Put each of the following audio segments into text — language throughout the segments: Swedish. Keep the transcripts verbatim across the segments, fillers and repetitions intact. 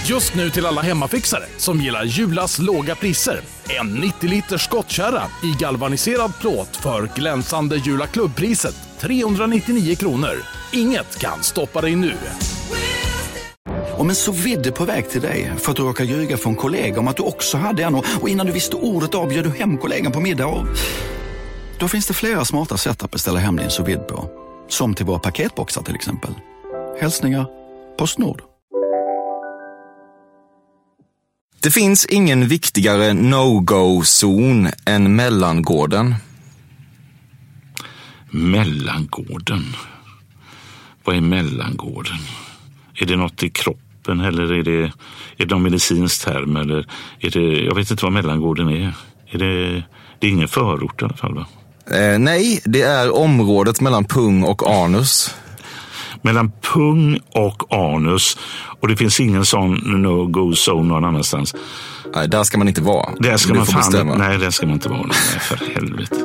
Just nu till alla hemmafixare som gillar Julas låga priser. En nittio liters skottkärra i galvaniserad plåt för glänsande Jula klubbpriset trehundranittionio kronor. Inget kan stoppa dig nu. Om en sous vide på väg till dig för att du råkar ljuga från kollega om att du också hade en och innan du visste ordet av bjöd du hem kollegan på middag och... Då finns det flera smarta sätt att beställa hem din sous vide på. Som till våra paketboxar till exempel. Hälsningar PostNord. Det finns ingen viktigare no-go-zon än mellangården. Mellangården? Vad är mellangården? Är det något i kroppen eller är det, är det någon medicinsk term? Eller är det, jag vet inte vad mellangården är. Är det, det är ingen förort i alla fall, va? Eh, nej, det är området mellan pung och anus. Mellan pung och anus. Och det finns ingen sån no-go-zone någon annanstans. Nej, där ska man inte vara. Där ska man fan, bestämma. nej, där ska man inte vara. Nej, för helvete.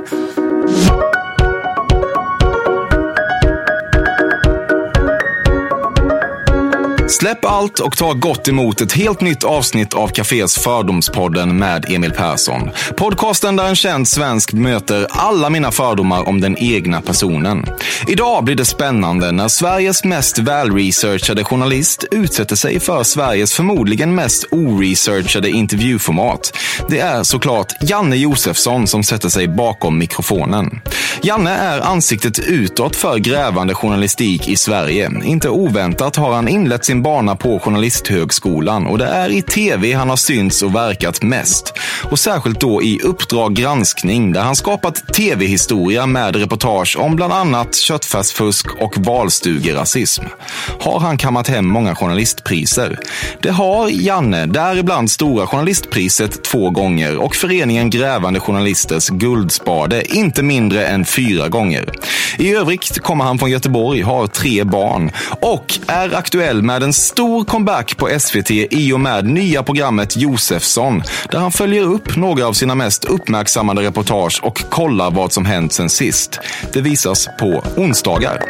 Släpp allt och ta gott emot ett helt nytt avsnitt av Cafés Fördomspodden med Emil Persson. Podcasten där en känd svensk möter alla mina fördomar om den egna personen. Idag blir det spännande när Sveriges mest välresearchade journalist utsätter sig för Sveriges förmodligen mest oresearchade intervjuformat. Det är såklart Janne Josefsson som sätter sig bakom mikrofonen. Janne är ansiktet utåt för grävande journalistik i Sverige. Inte oväntat har han inlett sin bana på Journalisthögskolan och det är i tv han har synts och verkat mest. Och särskilt då i Uppdrag granskning där han skapat tv-historia med reportage om bland annat köttfärsfusk och valstugerasism. Har han kammat hem många journalistpriser? Det har Janne, däribland Stora journalistpriset två gånger och föreningen Grävande journalisters guldspade inte mindre än fyra gånger. I övrigt kommer han från Göteborg, har tre barn och är aktuell med en stor comeback på S V T i och med nya programmet Josefsson där han följer upp några av sina mest uppmärksammade reportage och kollar vad som hänt sen sist. Det visas på onsdagar.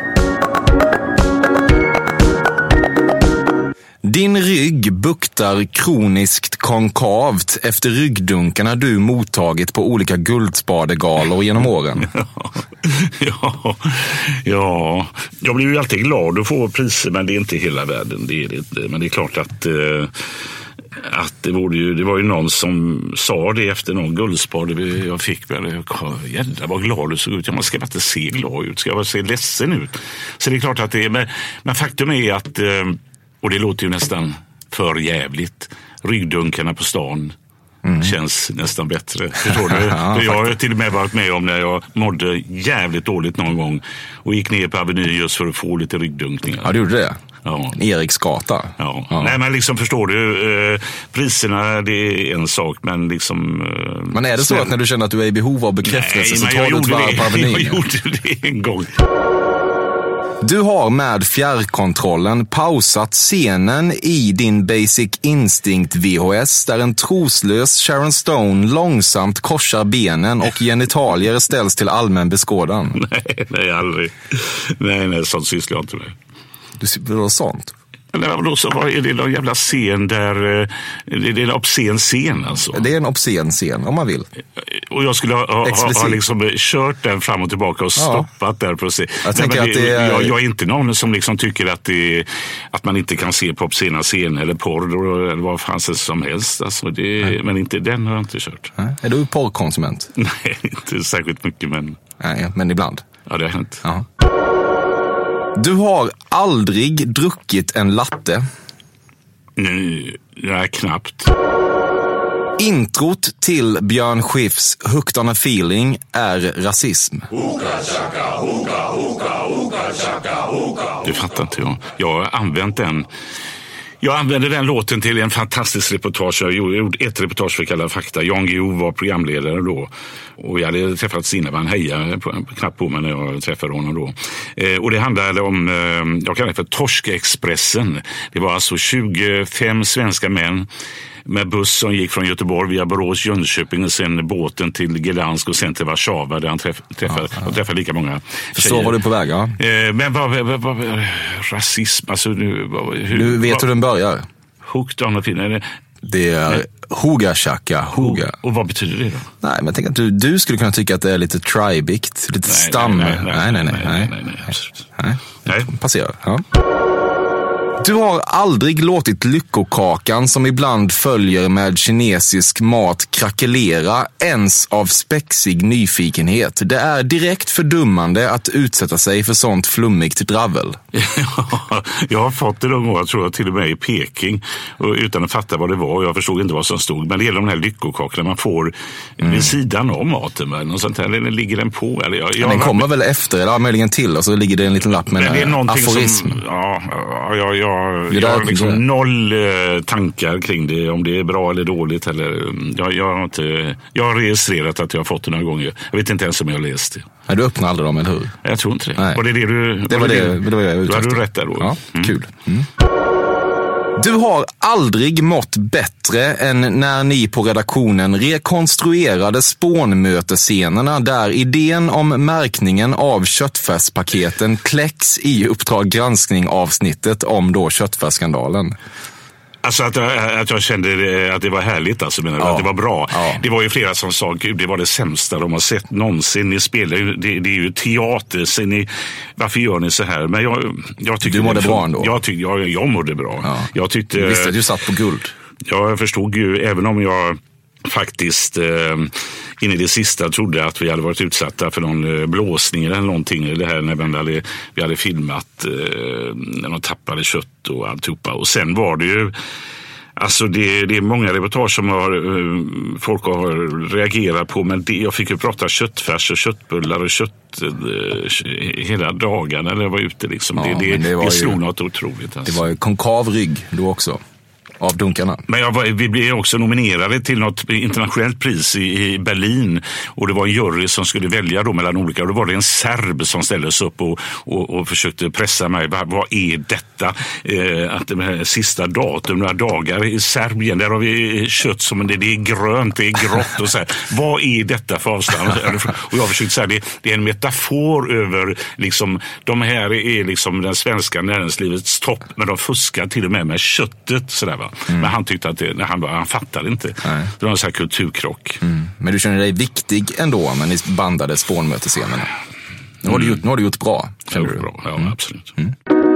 Din rygg buktar kroniskt konkavt efter ryggdunkarna du mottagit på olika guldspadegalor genom åren. Ja, ja, jag blir ju alltid glad att få priser, men det är inte hela världen. Det är det inte. Men det är klart att, eh, att det, var ju, det var ju någon som sa det efter någon guldspade jag fick. Jävlar vad glad du såg ut. Man ska inte se glad ut, ska jag se ledsen ut. Så det är klart att det är, men, men faktum är att, eh, och det låter ju nästan för jävligt, ryggdunkarna på stan Mm. känns nästan bättre. Förstår du? Ja, jag har till och med varit med om när jag mådde jävligt dåligt någon gång och gick ner på Avenyn just för att få lite ryggdunkningar. Ja, du gjorde det? Ja. Eriksgata. Ja. Ja. Nej, men liksom förstår du, eh, priserna det är en sak, men liksom... Eh, men är det så snäll... att när du känner att du är i behov av bekräftelse Nej, så tar du ett varv på Avenyn? Jag gjorde det en gång. Du har med fjärrkontrollen pausat scenen i din Basic Instinct V H S där en troslös Sharon Stone långsamt korsar benen och genitalier ställs till allmän beskådan. Nej, nej, aldrig. Nej, nej, sånt sysslar jag inte med. Du vill ha sånt? Men då så, vad är det någon jävla scen där, det är en obscen scen alltså? Det är en obscen scen, om man vill. Och jag skulle ha, ha, ha liksom kört den fram och tillbaka och stoppat ja. där på scen. Jag, Nej, men att det, det är... jag, jag är inte någon som liksom tycker att, det, att man inte kan se på obscena scener eller porr eller vad fan som helst. Alltså det, men inte, den har jag inte kört. Nej. Är du porrkonsument? Nej, inte särskilt mycket, men... Nej, men ibland. Ja, det har hänt. Ja. Du har aldrig druckit en latte. Nej, nej, knappt. Introt till Björn Skifs Hooked on a feeling är rasism. Det fattar inte jag. Jag har använt den. Jag använde den låten till en fantastisk reportage. Jag gjorde ett reportage för Kalla fakta. Jan Guillou var programledare då. Och jag hade träffat Sina Van Heija knappt på mig när jag träffade honom då. Eh, och det handlade om, eh, jag kallar det för Torskexpressen. Det var alltså tjugofem svenska män med buss som gick från Göteborg via Borås, Jönköping och sen båten till Gdansk och sen till Warszawa där han träff, träffade, ja, ja. träffade lika många Förstår tjejer. Var du på väg, ja. Eh, men vad, vad, vad, rasism, alltså nu... Vad, hur, du vet vad, hur den börjar. Hooked on a film. Det är Huga Shaka, Huga. Och, och vad betyder det då? Nej, men jag tänker att du, du skulle kunna tycka att det är lite tribigt, lite nej, stam. Nej, nej, nej, nej, nej, nej, nej, nej, nej, absolut. nej. nej. Passerar, ja. Du har aldrig låtit lyckokakan som ibland följer med kinesisk mat krackelera ens av spexig nyfikenhet. Det är direkt fördummande att utsätta sig för sånt flummigt dravel. Ja, jag har fått det någon gång, jag tror jag till och med i Peking, och utan att fatta vad det var. Jag förstod inte vad som stod, men det gäller de här lyckokakorna man får mm. vid sidan av maten. Men och sånt här, eller ligger den på? Eller jag, jag, den kommer jag, väl efter, eller möjligen till, och så ligger det en liten lapp med det är någonting aforism. Som, ja, ja, ja Jag, jag har liksom noll eh, tankar kring det, om det är bra eller dåligt. Eller, jag, jag, har inte, jag har registrerat att jag har fått det några gånger. Jag vet inte ens om jag har läst det. Nej, du öppnar aldrig dem, eller hur? Jag tror inte det. Nej. Var det det du... Det var det, det, det var det jag utsatte. Då hade du rätt där då. Ja, mm. kul. Mm. Du har aldrig mått bättre än när ni på redaktionen rekonstruerade spånmötescenerna där idén om märkningen av köttfärspaketen kläcks i Uppdrag granskning avsnittet om då köttfärsskandalen. Alltså att jag, att jag kände att det var härligt, alltså, menar ja. Att det var bra. Ja. Det var ju flera som sa, gud, det var det sämsta de har sett någonsin. Ni spelar ju, det, det är ju teater, så ni, varför gör ni så här? Men jag, jag tyckte... Du mådde bra ändå? Jag, tyck, jag, jag mådde bra. Ja. Jag tyckte... Du visste att du satt på guld? Ja, jag förstod ju, även om jag faktiskt eh, in i det sista trodde att vi hade varit utsatta för någon eh, blåsning eller någonting. Det här när vi hade, vi hade filmat eh, när de tappade kött och alltihopa. Och sen var det ju, alltså det, det är många reportage som har, eh, folk har reagerat på, men det, jag fick ju prata köttfärs och köttbullar och kött eh, hela dagen när jag var ute liksom. Ja, det, det, det, det slog ju, något otroligt. Alltså. Det var ju konkav rygg då också. Av dunkarna. Men jag var, vi blev också nominerade till något internationellt pris i, i Berlin, och det var en jury som skulle välja då mellan olika, och då var det en serb som ställdes upp och, och, och försökte pressa mig. Vad, vad är detta? Eh, att det här sista datum, några dagar i Serbien, där har vi kött som det, det är grönt, det är grått och så här. Vad är detta för avstånd? Och jag försökte säga det, det är en metafor över liksom, de här är liksom den svenska näringslivets topp, men de fuskar till och med med köttet sådär va. Mm. Men han tyckte att det, han, han fattade inte. Nej. Det var en sån här kulturkrock. Mm. Men du känner dig viktig ändå när ni bandade spånmötescenerna. Nu har, mm. du gjort, nu har du gjort bra. Känner du? Bra. Ja, mm. absolut. Mm.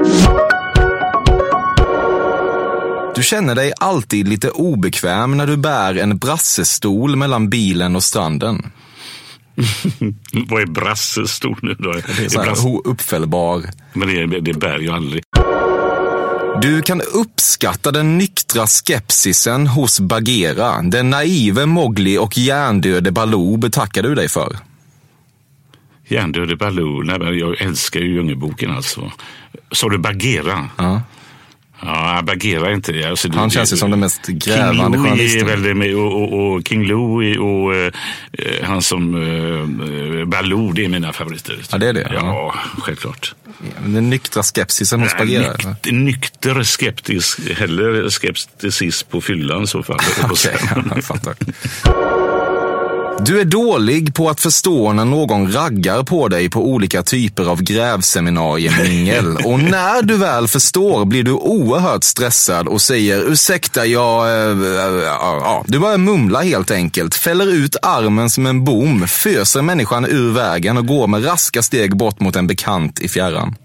Du känner dig alltid lite obekväm när du bär en brassestol mellan bilen och stranden. Vad är brassestol nu då? Det är så här brass... uppfällbar. Men det, det bär ju aldrig. Du kan uppskatta den nyktra skepsisen hos Bagheera. Den naive Mowgli och hjärndöde Baloo betackar du dig för. Hjärndöde Baloo? Nej, jag älskar ju Djungelboken alltså. Så du Bagheera? Ja. Ja, Bagheera är inte det. Alltså, han känns ju som den mest grävande journalisten. King Louie med, och, och, och King Louie och eh, han som eh, Baloo, det är mina favoriter. Ja, det är det? Ja, ja. Självklart. Ja, den nyktra skepsisen hos Bagheera? Nykt, nykter skeptisk, heller skepticis på fyllan så fall. Okej, jag fattar. Du är dålig på att förstå när någon raggar på dig på olika typer av grävseminariemingel. Och när du väl förstår blir du oerhört stressad och säger ursäkta, jag... Äh, äh, äh, du börjar mumla helt enkelt, fäller ut armen som en bom, föser människan ur vägen och går med raska steg bort mot en bekant i fjärran.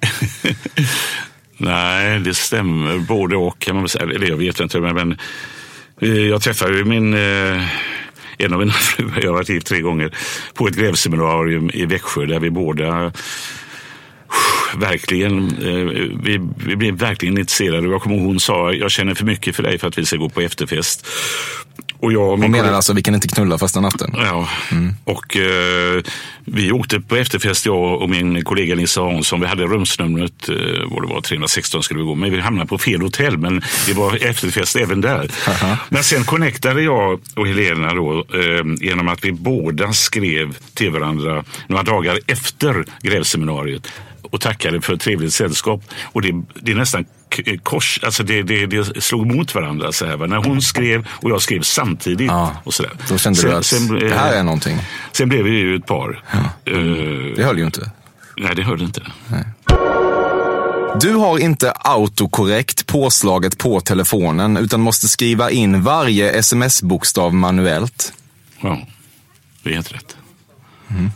Nej, det stämmer. Både och kan man säga. Eller jag vet inte, men jag träffade ju min... En av mina fruar, jag har varit gift tre gånger, på ett grävseminarium i Växjö där vi båda verkligen, vi, vi blev verkligen intresserade. Jag kommer ihåg hon sa, jag känner för mycket för dig för att vi ska gå på efterfest. Och jag, hon menar alltså, vi kan inte knulla första natten? Ja, mm. och eh, vi åkte på efterfest, jag och min kollega Lisa Hansson. Vi hade rumsnumret, eh, vad det var, tre sexton skulle vi gå. Men vi hamnade på fel hotell, men det var efterfest även där. Uh-huh. Men sen connectade jag och Helena då, eh, genom att vi båda skrev till varandra några dagar efter grävseminariet och tackade för ett trevligt sällskap. Och det, det är nästan kors, alltså det, det, det slog mot varandra så här, va? När hon skrev och jag skrev samtidigt. Ja, och så där. Då kände sen, du att sen, det här är någonting. Sen blev vi ju ett par. Ja. Uh, det höll ju inte. Nej, det höll inte. Nej. Du har inte autokorrekt påslaget på telefonen utan måste skriva in varje sms-bokstav manuellt. Ja, det är helt rätt. Mm.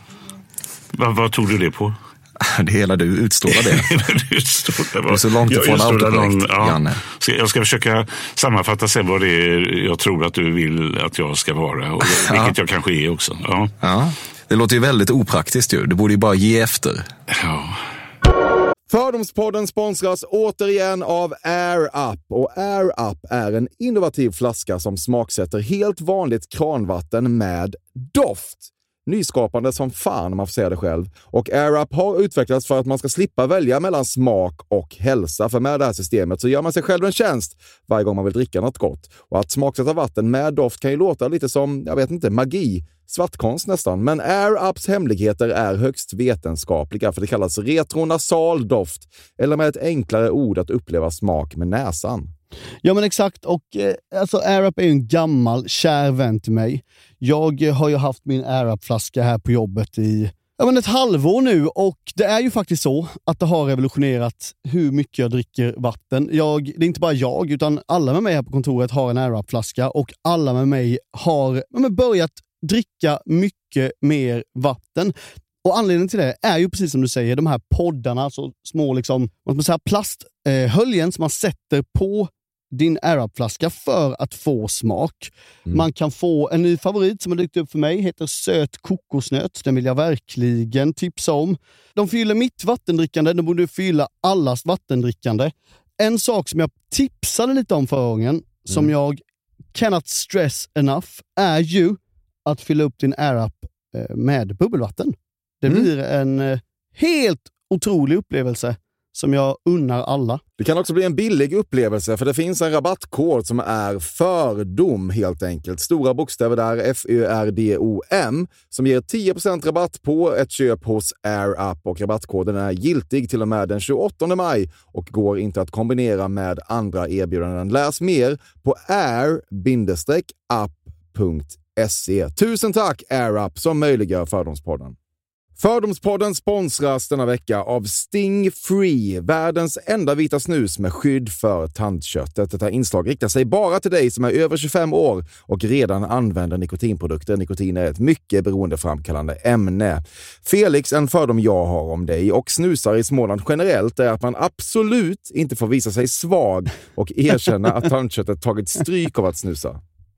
Vad, vad tog du det på? Det hela du utstrålar det. du, utstrålar, du är så långt ifrån autokorrekt, ja. Janne. Så jag ska försöka sammanfatta sen vad det är jag tror att du vill att jag ska vara. Och vilket ja. jag kanske är också. Ja. Ja, det låter ju väldigt opraktiskt ju. Du borde ju bara ge efter. Ja. Fördomspodden sponsras återigen av Air Up. Och Air Up är en innovativ flaska som smaksätter helt vanligt kranvatten med doft. Nyskapande som fan om man får säga det själv. Och Air Up har utvecklats för att man ska slippa välja mellan smak och hälsa. För med det här systemet så gör man sig själv en tjänst varje gång man vill dricka något gott. Och att smaksätta vatten med doft kan ju låta lite som, jag vet inte, magi. Svartkonst nästan. Men Air Ups hemligheter är högst vetenskapliga för det kallas retronasal doft. Eller med ett enklare ord att uppleva smak med näsan. Ja men exakt, och eh, alltså Air Up är ju en gammal kär vän till mig. Jag eh, har ju haft min Air Up-flaska här på jobbet i ja, men ett halvår nu och det är ju faktiskt så att det har revolutionerat hur mycket jag dricker vatten. Jag, det är inte bara jag utan alla med mig här på kontoret har en Air Up-flaska och alla med mig har ja, men börjat dricka mycket mer vatten. Och anledningen till det är ju precis som du säger, de här poddarna, alltså små liksom, vad man säger, plasthöljen som man sätter på din Air Up-flaska för att få smak. Mm. Man kan få en ny favorit som har dykt upp för mig, heter söt kokosnöt. Den vill jag verkligen tipsa om. De fyller mitt vattendrickande, de borde fylla allas vattendrickande. En sak som jag tipsade lite om förra gången, mm. som jag cannot stress enough, är ju att fylla upp din Air Up med bubbelvatten. Det mm. blir en helt otrolig upplevelse som jag unnar alla. Det kan också bli en billig upplevelse för det finns en rabattkod som är fördom helt enkelt. Stora bokstäver där, F Ö R D O M, som ger tio procent rabatt på ett köp hos Air Up och rabattkoden är giltig till och med den tjugoåttonde maj och går inte att kombinera med andra erbjudanden. Läs mer på air up punkt se. Tusen tack Air Up som möjliggör Fördomspodden. Fördomspodden sponsras denna vecka av Sting Free, världens enda vita snus med skydd för tandköttet. Detta inslag riktar sig bara till dig som är över tjugofem år och redan använder nikotinprodukter. Nikotin är ett mycket beroendeframkallande ämne. Felix, en fördom jag har om dig och snusar i Småland generellt är att man absolut inte får visa sig svag och erkänna att tandköttet tagit stryk av att snusa.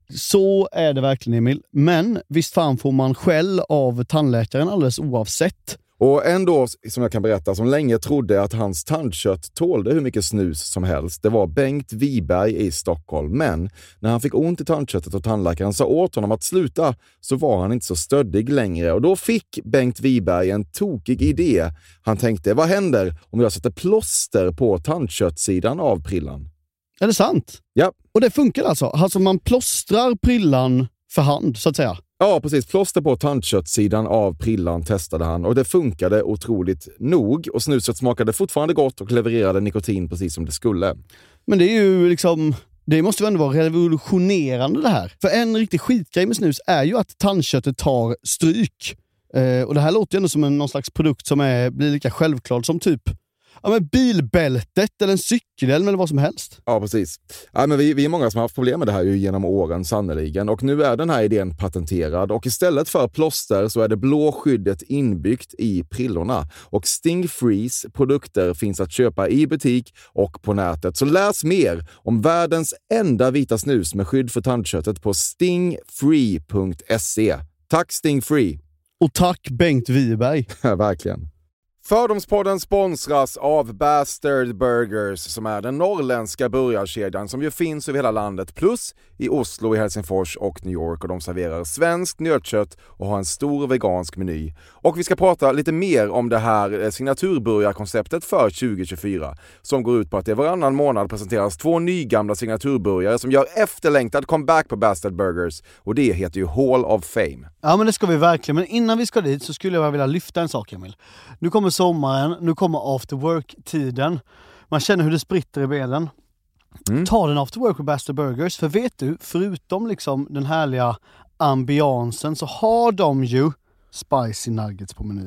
Så är det verkligen, Emil. Men visst fan får man skäll av tandläkaren alldeles oavsett. Och ändå, som jag kan berätta, som länge trodde att hans tandkött tålde hur mycket snus som helst. Det var Bengt Wiberg i Stockholm. Men när han fick ont i tandköttet och tandläkaren sa åt honom att sluta så var han inte så stöddig längre. Och då fick Bengt Wiberg en tokig idé. Han tänkte, vad händer om jag sätter plåster på tandköttsidan av prillan? Är det sant? Ja. Och det funkar alltså? Alltså man plåstrar prillan för hand, så att säga? Ja, precis. Plåster på tandköttsidan av prillan testade han och det funkade otroligt nog. Och snuset smakade fortfarande gott och levererade nikotin precis som det skulle. Men det är ju liksom... Det måste ju ändå vara revolutionerande det här. För en riktig skitgrej med snus är ju att tandköttet tar stryk. Eh, och det här låter ju ändå som en, någon slags produkt som är, blir lika självklart som typ... Ja, men bilbältet eller en cykelhjälm eller vad som helst. Ja, precis. Ja, men vi, vi är många som har haft problem med det här ju genom åren sannoliken. Och nu är den här idén patenterad. Och istället för plåster så är det blå skyddet inbyggt i prillorna. Och Sting Frees produkter finns att köpa i butik och på nätet. Så läs mer om världens enda vita snus med skydd för tandköttet på sting free punkt se. Tack Sting Free! Och tack Bengt Wiberg! Verkligen. Fördomspodden sponsras av Bastard Burgers som är den norrländska burgarkedjan som ju finns över hela landet plus i Oslo, i Helsingfors och New York och de serverar svenskt nötkött och har en stor vegansk meny. Och vi ska prata lite mer om det här signaturburgarkonceptet för tjugo tjugofyra som går ut på att det varannan månad presenteras två nygamla signaturburgare som gör efterlängtad comeback på Bastard Burgers och det heter ju Hall of Fame. Ja men det ska vi verkligen, men innan vi ska dit så skulle jag vilja lyfta en sak Emil. Nu kommer sommaren, nu kommer after work-tiden. Man känner hur det spritter i benen. Mm. Ta den after work på Bastard Burgers. För vet du, förutom liksom den härliga ambiansen så har de ju spicy nuggets på menyn.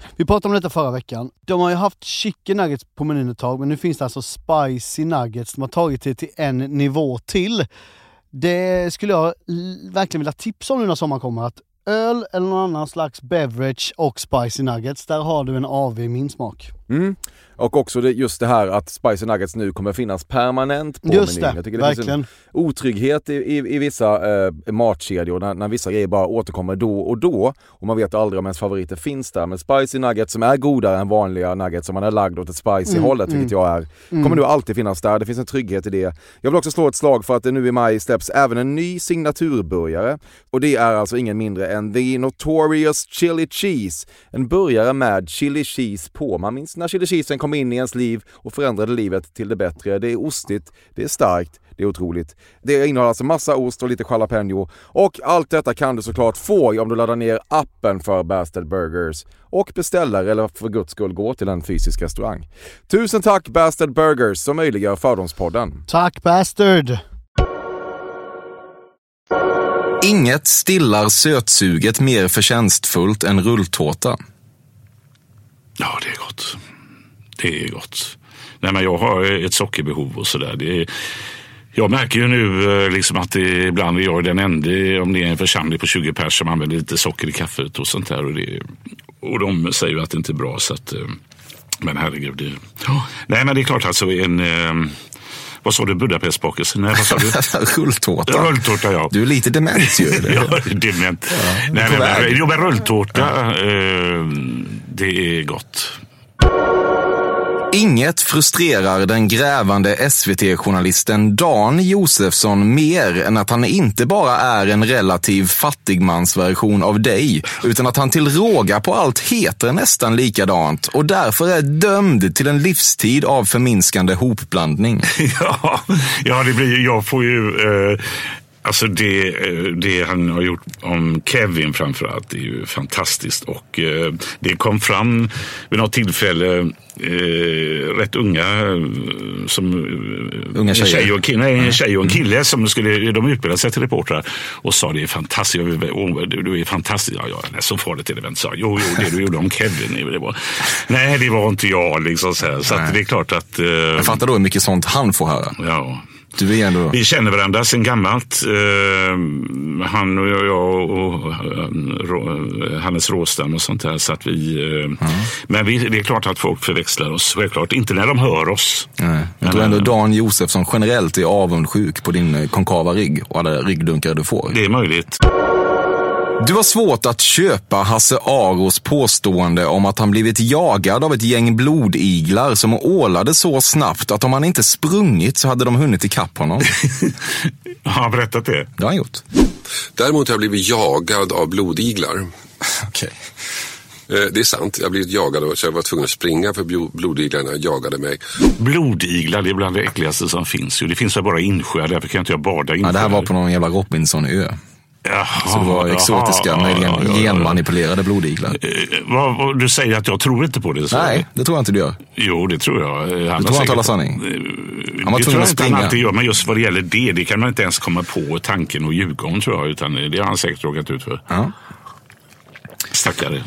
Vi pratade om detta förra veckan. De har ju haft chicken nuggets på menyn ett tag, men nu finns det alltså spicy nuggets. De har tagit det till en nivå till. Det skulle jag verkligen vilja tipsa om nu när sommaren kommer. Att öl eller någon annan slags beverage och spicy nuggets, där har du en A V i min smak. Mm. Och också det, just det här att spicy nuggets nu kommer finnas permanent på just menyn. Det, jag tycker det verkligen. finns en otrygghet i, i, i vissa eh, matkedjor när, när vissa grejer bara återkommer då och då. Och man vet aldrig om ens favoriter finns där. Men spicy nuggets som är godare än vanliga nuggets som man är lagd åt ett spicy mm, hållet, vilket mm. jag är, kommer mm. nu alltid finnas där. Det finns en trygghet i det. Jag vill också slå ett slag för att det nu i maj släpps även en ny signaturburgare. Och det är alltså ingen mindre än The Notorious Chili Cheese. En burgare med chili cheese på. Man minns när chili cheesen kom in i ens liv och förändrade livet till det bättre. Det är ostigt, det är starkt, det är otroligt. Det innehåller alltså massa ost och lite jalapeno. Och allt detta kan du såklart få om du laddar ner appen för Bastard Burgers och beställer eller för guds skull gå till en fysisk restaurang. Tusen tack Bastard Burgers som möjliggör Fördomspodden. Tack Bastard! Inget stillar sötsuget mer förtjänstfullt än rulltårta. Ja, det är gott. Det är gott. Nej, men jag har ett sockerbehov och sådär. Det är, jag märker ju nu liksom att det, ibland är jag den enda, om det är en församling på tjugo pers som använder lite socker i kaffet och sånt där. Och, det, och de säger ju att det inte är bra. Så att, men herregud. Det, oh. Nej, men det är klart alltså en... Vad sa du? Budapestbakelse? Nej, vad sa du? Rulltårta. Rulltårta, ja. Du är lite dement ju. Ja, dement. Ja, nej, nej, men, jo, men rulltårta, ja. eh, det är gott. Inget frustrerar den grävande S V T-journalisten Dan Josefsson mer än att han inte bara är en relativ fattigmansversion av dig, utan att han till råga på allt heter nästan likadant och därför är dömd till en livstid av förminskande hopblandning. Ja, ja det blir, jag får ju... Eh... Alltså det, det han har gjort om Kevin framförallt, det är ju fantastiskt. Och eh, det kom fram vid något tillfälle eh, rätt unga som unga tjejer. En tjej och, nej, en tjej och en kille som skulle, de utbildade sig till reportrar och sa det är fantastiskt, du är fantastisk. Ja, ja, så farligt är det väl. Så, jo, jo, det du gjorde om Kevin, det var, nej, det var inte jag liksom så här. Så att det är klart att... Eh, jag fattar då hur mycket sånt han får höra. Ja. Du är ändå... Vi känner varandra sedan gammalt. Uh, han och jag och, och uh, Hannes Råstam och sånt där. Så att vi, uh, mm. Men vi, det är klart att folk förväxlar oss. Självklart inte när de hör oss. Nej. Jag tror ändå Dan Josefsson generellt är avundsjuk på din konkava rygg och alla ryggdunkar du får. Det är möjligt. Du har svårt att köpa Hasse Aros påstående om att han blivit jagad av ett gäng blodiglar som ålade så snabbt att om han inte sprungit så hade de hunnit ikapp honom. Har han berättat det? Det har han gjort. Däremot har jag blivit jagad av blodiglar. Okej. Det är sant, jag har blivit jagad så jag var tvungen att springa för blodiglarna jagade mig. Blodiglar, det är bland det äckligaste som finns. Det finns väl bara insjöar, därför kan inte jag bada insjöar. Ja, det här var på någon jävla Robinson-ö. Jaha, så det var exotiska, jaha, möjligen ja, ja, genmanipulerade blodiglar. Eh, vad, vad, du säger att jag tror inte på det. Så. Nej, det tror jag inte du gör. Jo, det tror jag. Han du tror han talar sanning? Han var det tror jag inte han alltid gör, men just vad det gäller det, det kan man inte ens komma på tanken och ljuga om, tror jag. Utan det har han säkert råkat ut för. Ja. Stackare.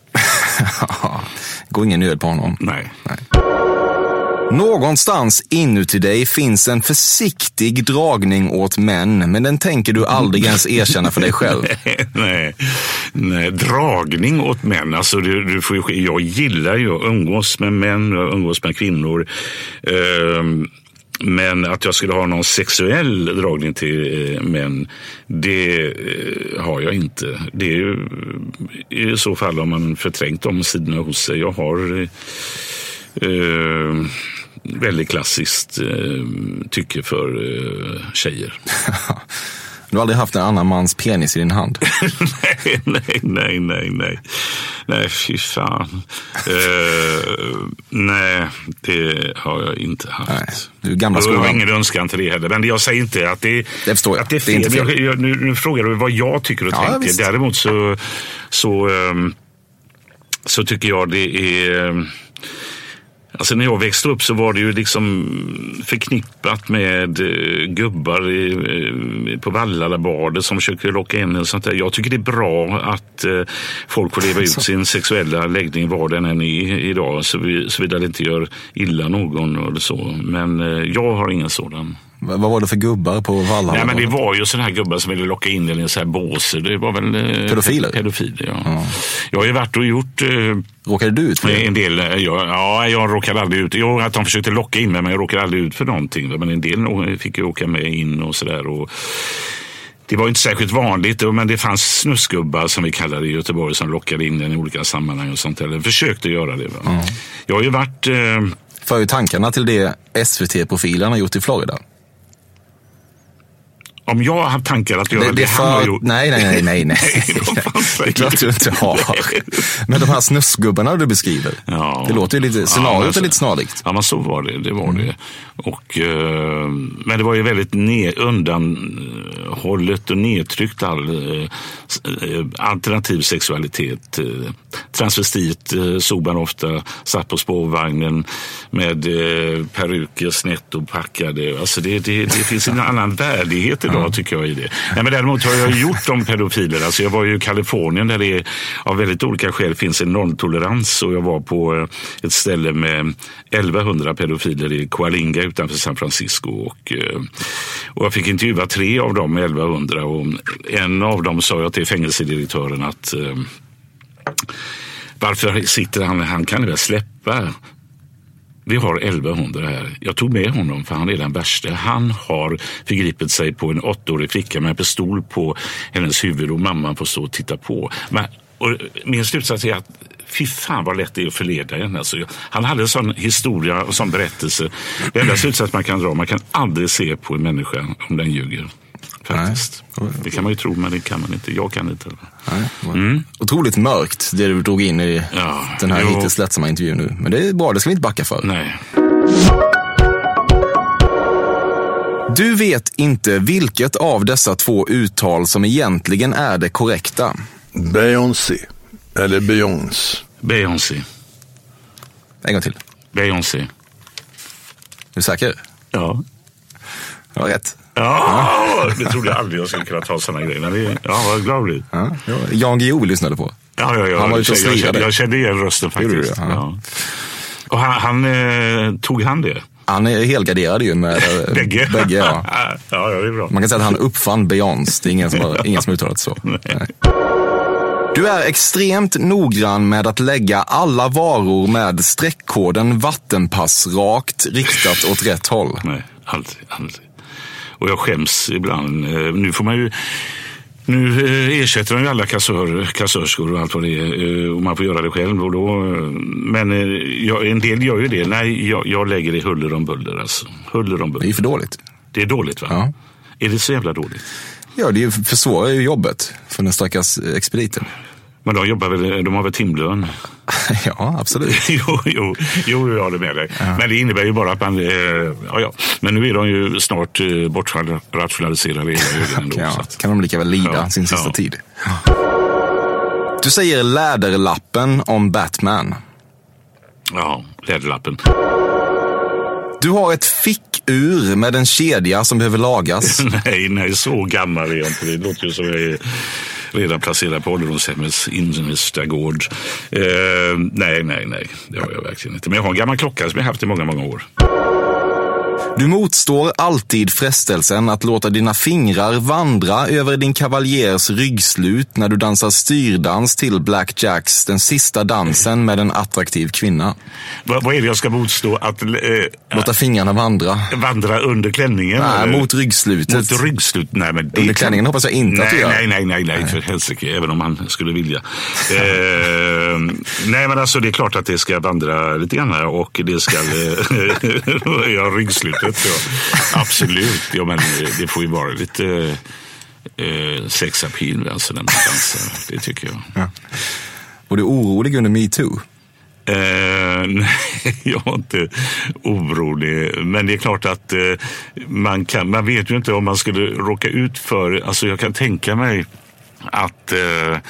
Går ingen nöd på honom. Nej. Nej. Någonstans inuti dig finns en försiktig dragning åt män, men den tänker du aldrig ens erkänna för dig själv. nej, nej, dragning åt män. Alltså, du, du får ju, jag gillar ju att umgås med män och umgås med kvinnor. Um, Men att jag skulle ha någon sexuell dragning till eh, män, det eh, har jag inte. Det är ju i så fall om man förträngt de sidorna hos sig. Jag har eh, väldigt klassiskt eh, tycke för eh, tjejer. Du har aldrig haft en annan mans penis i din hand? nej, nej, nej, nej, nej. Nej, fy fan. uh, nej, det har jag inte haft. Nej, du är gamla skolan. Jag har ingen önskan till det heller. Men jag säger inte att det, det, förstår jag. Att det är fel. Det är inte fel. Jag, jag, nu, nu frågar du vad jag tycker och ja, tänker. Visst. Däremot så, så, um, så tycker jag det är... Um, Alltså när jag växte upp så var det ju liksom förknippat med uh, gubbar i, uh, på Vallalabadet som försöker locka in och sånt där. Jag tycker det är bra att uh, folk får leva ut sin sexuella läggning var den än är idag, så vi, så vidare det inte gör illa någon eller så. Men uh, jag har ingen sådan. Vad var det för gubbar på Vallalabadet? Nej, men det var ju sådana här gubbar som ville locka in i en sån här bås. Det var väl uh, pedofiler? Pedofiler, ja. ja. Jag har ju varit och gjort... Uh, Råkade du ut för det? En del, ja, ja, jag råkade aldrig ut. Jag att de försökte locka in mig, men jag råkade aldrig ut för någonting. Men en del fick jag åka med in och sådär. Och det var inte särskilt vanligt, men det fanns snusgubbar som vi kallar det i Göteborg som lockade in den i olika sammanhang och sånt. Eller försökte göra det. Va? Mm. Jag har ju varit... Eh... För ju tankarna till det S V T-profilen har gjort i Florida. Om jag har haft tankar att göra det, det, det för... han har gjort... Nej, nej, nej, nej, nej. Det är klart du inte har. Men de här snusgubbarna du beskriver, ja. Det låter ju lite, scenariot ja, är lite snarlikt. Ja, men så var det, det var mm. det. Och, eh, men det var ju väldigt ne- undanhållet och nedtryckt all eh, alternativ sexualitet. Eh, transvestit eh, såg man ofta, satt på spårvagnen med eh, peruker snett och packade. Alltså det, det, det finns en annan värdighet idag. Ja, tycker jag i det. Nej, men däremot har jag gjort om pedofiler. Alltså jag var ju i Kalifornien där det av väldigt olika skäl finns en nolltolerans, och jag var på ett ställe med elva hundra pedofiler i Coalinga utanför San Francisco, och, och jag fick intervjua tre av dem, elva hundra, och en av dem sa jag till fängelsedirektören att varför sitter han, han kan väl släppa. Vi har elva hundra här. Jag tog med honom för han är den värsta. Han har förgripit sig på en åttaårig flicka med en pistol på hennes huvud, och mamman får stå och titta på. Men, och min slutsats är att fy fan vad lätt det är att förleda henne. Alltså, han hade en sån historia och sån berättelse. Det enda slutsats man kan dra, man kan aldrig se på en människa om den ljuger. Faktiskt. Nej. Det kan man ju tro, men det kan man inte. Jag kan inte. Nej. Mm. Otroligt mörkt det du drog in i ja, den här jo. hittills lättsamma intervjun nu. Men det är bra, det ska vi inte backa för. Nej. Du vet inte vilket av dessa två uttal som egentligen är det korrekta. Beyoncé eller Beyoncé. Beyoncé. En gång till. Beyoncé. Är du säker? Ja. Det var rätt. Ja, det trodde jag aldrig jag skulle kunna ta sådana grejer. Men det, ja, vad glad blir. Ja, Jan Guillou lyssnade på. Ja, ja, ja. Han var ute och jag, jag, jag kände igen rösten faktiskt. Det, ja. Ja. Och han, han eh, tog han det? Han är helgarderad ju med bägge. bägge ja. Ja, ja, det är bra. Man kan säga att han uppfann Beyoncé. Det är ingen som har ingen som uttalat så. Nej. Nej. Du är extremt noggrann med att lägga alla varor med streckkoden vattenpass rakt riktat åt rätt håll. Nej, aldrig, aldrig. Och jag skäms ibland. Nu får man ju... Nu ersätter de ju alla kassör, kassörskor och allt vad det är, och man får göra det själv. Och då, men jag, en del gör ju det. Nej, jag, jag lägger det huller om buller. Alltså. Huller om buller. Det är ju för dåligt. Det är dåligt, va? Ja. Är det så jävla dåligt? Ja, det försvårar ju jobbet för den stackars expediten. Men de jobbar väl, de har väl timlön? Ja, absolut. jo, jo, jo, jag håller med dig. Ja. Men det innebär ju bara att man, eh, ja, ja. Men nu är de ju snart eh, bortrationaliserade hela högen. Ja, så att, kan de lika väl lida ja, sin sista ja. tid. Du säger läderlappen om Batman. Ja, läderlappen. Du har ett fickur med en kedja som behöver lagas. nej, nej, så gammal är jag inte. Det låter ju som jag är redan placerad på ålderdomshemmets innersta gård. Eh, nej, nej, nej. Det har jag verkligen inte. Men jag har en gammal klocka som jag haft i många, många år. Du motstår alltid frestelsen att låta dina fingrar vandra över din kavaljers ryggslut när du dansar styrdans till Black Jacks, den sista dansen med en attraktiv kvinna. Va, vad är det jag ska motstå? Att eh, låta fingrarna vandra. Vandra under klänningen? Nej, eller? mot ryggslutet. Mot ryggslut? Nej, men det under klänningen kan... hoppas jag inte nej, att du gör. Nej, nej, nej, nej, nej. För helsike, även om man skulle vilja. eh, nej, men alltså det är klart att det ska vandra lite grann här, och det ska göra ryggslutet. Ja, absolut, ja, men det får ju vara lite eh, sexapil alltså när man dansar, det tycker jag. Ja. Och du är orolig under MeToo? Eh, nej, jag är inte orolig, men det är klart att eh, man kan, man vet ju inte om man skulle råka ut för, alltså jag kan tänka mig att eh,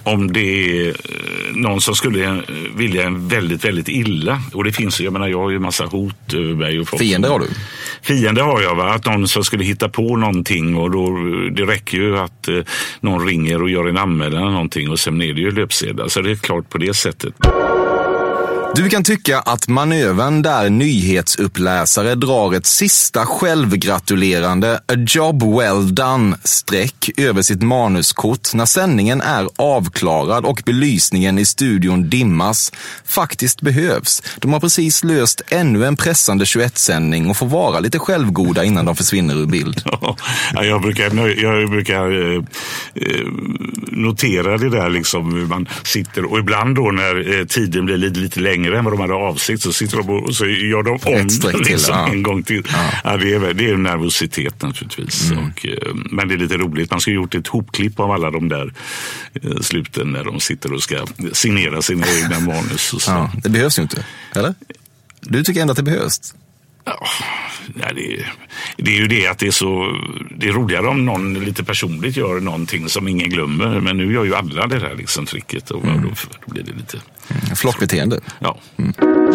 om det är någon som skulle vilja en väldigt, väldigt illa. Och det finns, jag menar, jag har ju en massa hot över mig och folk. Fiender har du? Fiender har jag, va? Att någon som skulle hitta på någonting, och då, det räcker ju att eh, någon ringer och gör en anmälan eller någonting, och sen är det ju löpsedlar. Så det är klart på det sättet. Du kan tycka att manövern där nyhetsuppläsare drar ett sista självgratulerande a job well done-streck över sitt manuskort när sändningen är avklarad och belysningen i studion dimmas faktiskt behövs. De har precis löst ännu en pressande tjugoett-sändning och får vara lite självgoda innan de försvinner ur bild. Ja, jag brukar, jag brukar eh, notera det där liksom, man sitter, och ibland då när eh, tiden blir lite, lite längre än vad de hade avsikt, så sitter de och så gör de om till, liksom, ja. en gång till. Ja. Ja, det, är, det är nervositet naturligtvis. Mm. Och, men det är lite roligt. Man ska ha gjort ett hopklipp av alla de där eh, sluten när de sitter och ska signera sina egna manus. Och så. Ja, det behövs ju inte, eller? Du tycker ändå att det behövs? Ja, det är, det är ju det att det är så, det är roligare om någon lite personligt gör någonting som ingen glömmer, men nu gör ju alla det där liksom tricket, och mm. då, då blir det lite mm, flockbeteende. Ja. Mm.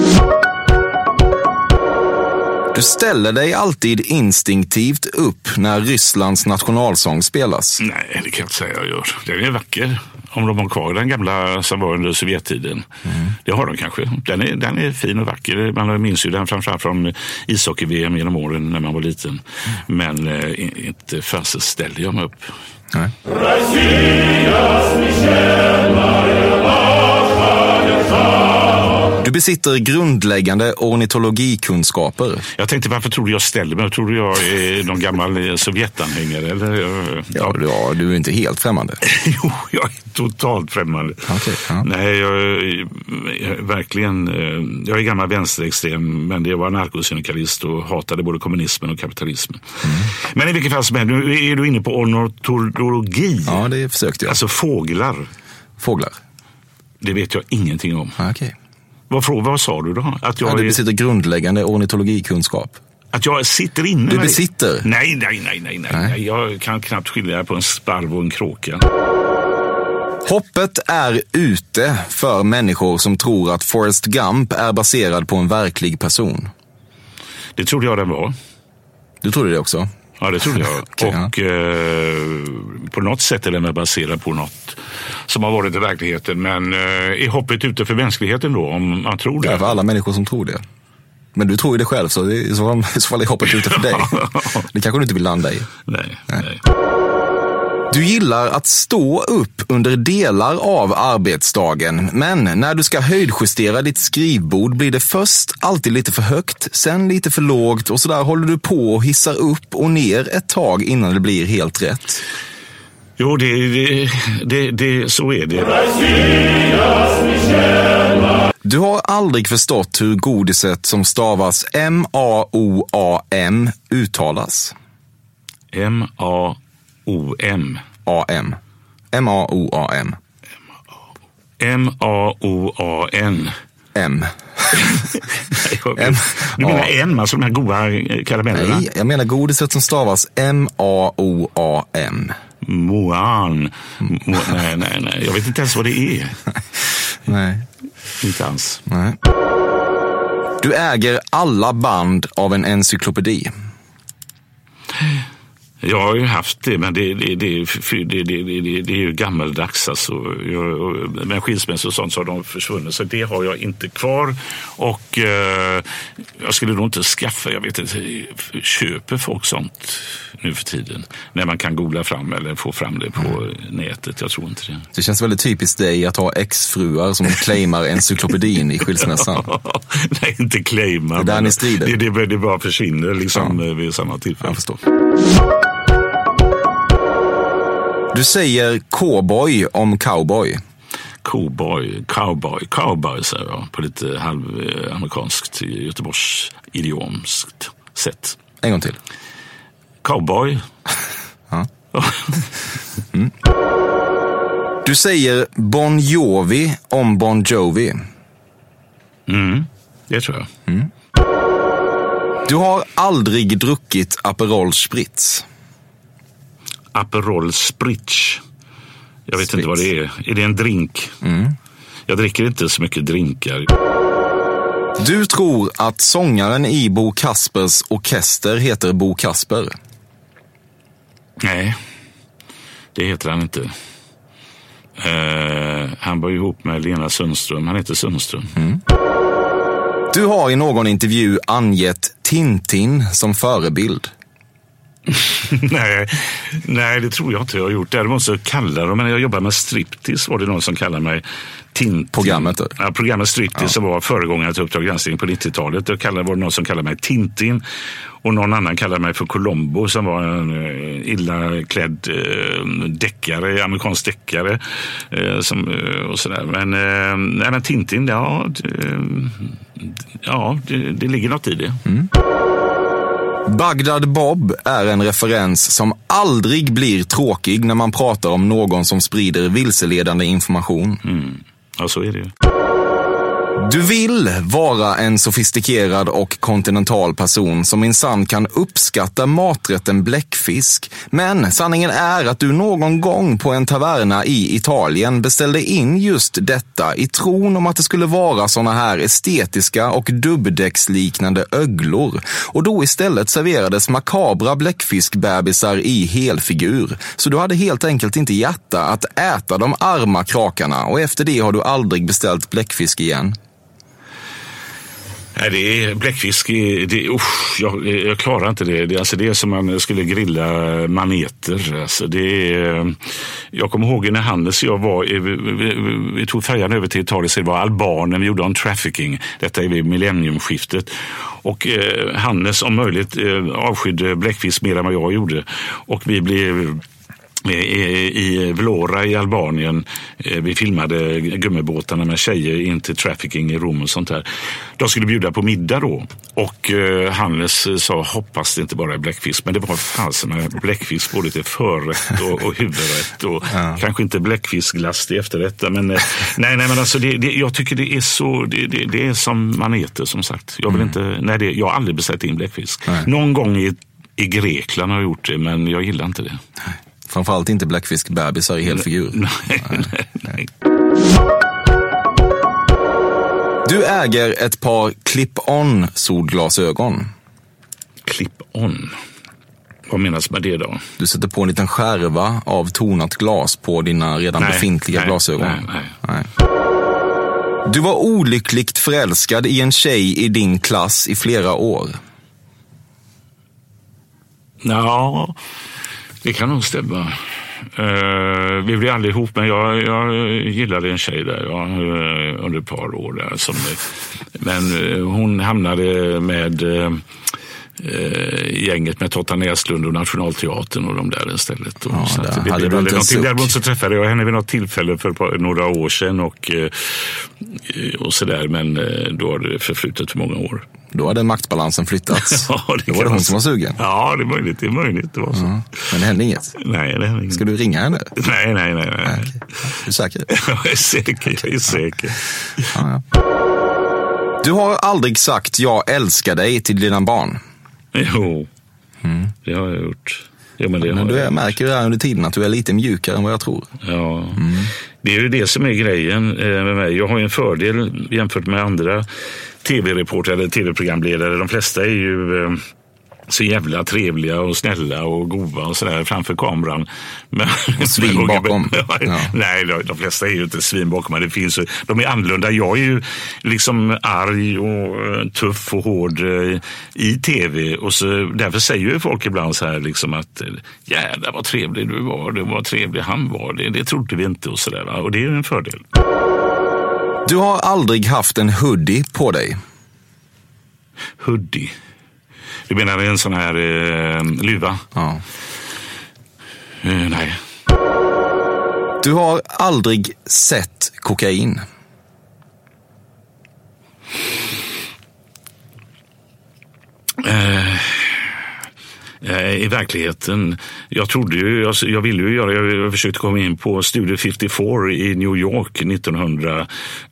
Du ställer dig alltid instinktivt upp när Rysslands nationalsång spelas. Nej, det kan jag inte säga jag gör. Den är vacker. Om de har kvar den gamla som var under Sovjettiden. Mm. Det har de kanske. Den är, den är fin och vacker. Man minns ju den framförallt från ishockey-V M genom åren när man var liten. Mm. Men eh, inte fast ställer jag mig upp. Nej. Du besitter grundläggande ornitologikunskaper. Jag tänkte, varför tror du jag ställer mig? Jag tror jag är någon gammal Sovjetanhängare. Eller? Ja, ja, du är inte helt främmande. Jo, jag är totalt främmande. Okay, ja. Nej, jag, jag verkligen... Jag är gammal vänsterextrem, men det var anarkosyndikalist och hatade både kommunismen och kapitalismen. Mm. Men i vilket fall som helst, nu är du inne på ornitologi. Ja, det försökte jag. Alltså fåglar. Fåglar? Det vet jag ingenting om. Okej. Okay. Vad, fråga, vad sa du då? Att jag ja, du besitter är... grundläggande ornitologikunskap. Att jag sitter inne... Du besitter? Nej, nej, nej, nej, nej, nej. Jag kan knappt skilja på en sparv och en kråka. Hoppet är ute för människor som tror att Forrest Gump är baserad på en verklig person. Det trodde jag den var. Du trodde det också? Ja, det trodde jag. Okay, och ja. eh, på något sätt är den baserad på något som har varit i verkligheten. Men eh, är hoppet ute för mänskligheten då, om man tror det? Ja, för alla människor som tror det. Men du tror ju det själv, så det, i så fall, i så fall är hoppet ute för dig. Det kanske du inte vill landa i. Nej, nej. nej. Du gillar att stå upp under delar av arbetsdagen, men när du ska höjdjustera ditt skrivbord blir det först alltid lite för högt, sen lite för lågt, och så där håller du på och hissar upp och ner ett tag innan det blir helt rätt. Jo, det, det, det, det så är det. Du har aldrig förstått hur godiset som stavas M A O A M uttalas. M A O M A M M A O A M M A O A N M M Du menar M, alltså de här goda karamellerna? Nej, jag menar godiset som stavas M A O A M. Moan. Mo- nej, nej, nej. Jag vet inte ens vad det är. Nej. Inte alls. Nej. Du äger alla band av en encyklopedi. Jag har ju haft det, men det, det, det, det, det, det, det är ju gammaldags. Alltså. Jag, med skilsmässor och sånt så har de försvunnit, så det har jag inte kvar. Och eh, jag skulle nog inte skaffa, jag vet inte, köper folk sånt nu för tiden? När man kan googla fram eller få fram det på mm. nätet, jag tror inte det. Det känns väldigt typiskt dig att ha exfruar som claimar encyklopedin i skilsmässan. Nej, inte claimar. Det är där ni strider. Det, det, det bara försvinner liksom ja. vid samma tillfälle. Jag förstår. Du säger cowboy om cowboy. Cowboy, cowboy, cowboy säger jag på lite halvamerikanskt, Göteborgs idiomskt sätt. En gång till. Cowboy. Ja. mm. Du säger Bon Jovi om Bon Jovi. Mm, det tror jag. Mm. Du har aldrig druckit Aperol Spritz. Aperol Spritz. Jag vet Spritz. inte vad det är. Är det en drink? Mm. Jag dricker inte så mycket drinkar. Du tror att sångaren i Bo Kaspers orkester heter Bo Kasper? Nej, det heter han inte. Uh, han var ihop med Lena Sundström. Han heter Sundström. Mm. Du har i någon intervju angett Tintin som förebild. nej, nej, det tror jag inte jag har gjort. Däremot så kallar de, när jag jobbar med striptease var det någon som kallade mig Tintin. Programmet då? Ja, programmet Striptease, ja. Som var föregångaren till Uppdrag granskning på nittiotalet. Då kallade, var det någon som kallade mig Tintin. Och någon annan kallade mig för Colombo, som var en uh, illa klädd uh, deckare, amerikansk deckare. Uh, som, uh, och sådär. Men, uh, nej, men Tintin, ja, uh, ja det, det ligger något i det. Mm. Bagdad Bob är en referens som aldrig blir tråkig när man pratar om någon som sprider vilseledande information. Mm. Ja, så är det ju. Du vill vara en sofistikerad och kontinental person som minsann kan uppskatta maträtten bläckfisk. Men sanningen är att du någon gång på en taverna i Italien beställde in just detta i tron om att det skulle vara såna här estetiska och dubbdäcksliknande öglor. Och då istället serverades makabra bläckfiskbebisar i helfigur. Så du hade helt enkelt inte hjärta att äta de arma krakarna, och efter det har du aldrig beställt bläckfisk igen. Nej, det är bläckfisk. Det, usch, jag, jag klarar inte det. Det, alltså det är som man skulle grilla maneter. Alltså det är, jag kommer ihåg när Hannes och jag var, vi, vi, vi tog färjan över till Italien, så det var Albanien, vi gjorde en trafficking. Detta är vid millenniumskiftet. Och eh, Hannes om möjligt eh, avskydde bläckfisk mer än vad jag gjorde. Och vi blev... i Vlora i Albanien. Vi filmade gummibåtarna med tjejer in till trafficking i Rom och sånt där. De skulle bjuda på middag då. Och Hannes sa, hoppas det inte bara är bläckfisk. Men det var fasen med bläckfisk både till förrätt och, och huvudrätt. Och ja. Kanske inte bläckfiskglass till efterrätt. Men nej, nej men alltså det, det, jag tycker det är så, det, det, det är som man äter, som sagt. Jag vill mm. inte, nej det, jag har aldrig beställt in bläckfisk. Nej. Någon gång i, i Grekland har jag gjort det, men jag gillar inte det. Nej. Framförallt inte bläckfiskbebisar i helfigur. Nej, nej, nej. Du äger ett par clip-on solglasögon. Clip-on? Vad menas med det då? Du sätter på en liten skärva av tonat glas på dina redan nej, befintliga nej, glasögon. Nej, nej. nej. Du var olyckligt förälskad i en tjej i din klass i flera år. Ja... Det kan nog stämma. Uh, vi blev aldrig ihop, men jag, jag gillade en tjej där ja, uh, under ett par år. Där, som, men uh, hon hamnade med uh, gänget med Totta Näslund och Nationalteatern och de där istället. Och, ja, så där, det hade blev aldrig någonting. Däremot så träffade jag henne vid något tillfälle för några år sedan och, uh, och sådär, men uh, då har det förflutit för många år. Då hade maktbalansen flyttats. Ja, det då var det hon som var sugen. Ja, det är möjligt. Det är möjligt. Det var så. Ja, men det hände inget? Nej, det hände inget. Ska du ringa henne? Nej, nej, nej. nej. nej okay. Är du säker? Jag är säker, jag är säker. Ja, ja. Du har aldrig sagt jag älskar dig till dina barn. Jo, mm. det har jag gjort. Ja, men det men du är, märker ju under tiden att du är lite mjukare än vad jag tror. Ja, mm. det är ju det som är grejen med mig. Jag har ju en fördel jämfört med andra tv-reporter eller tv-programledare. De flesta är ju eh, så jävla trevliga och snälla och goda och sådär framför kameran. Men, svin bakom. Ja. Nej, de, de flesta är ju inte svin bakom. Men det finns, de är annorlunda. Jag är ju liksom arg och tuff och hård eh, i tv. Och så, därför säger ju folk ibland så här liksom att jävlar vad trevlig du var. Det var trevlig han var. Det, det trodde vi inte och sådär. Va? Och det är ju en fördel. Du har aldrig haft en hoodie på dig. Hoodie? Du menar en sån här eh, luva? Ja. Eh, nej. Du har aldrig sett kokain. Eh... I verkligheten, jag trodde ju, jag, jag ville ju göra, jag, jag försökte komma in på Studio femtiofyra i New York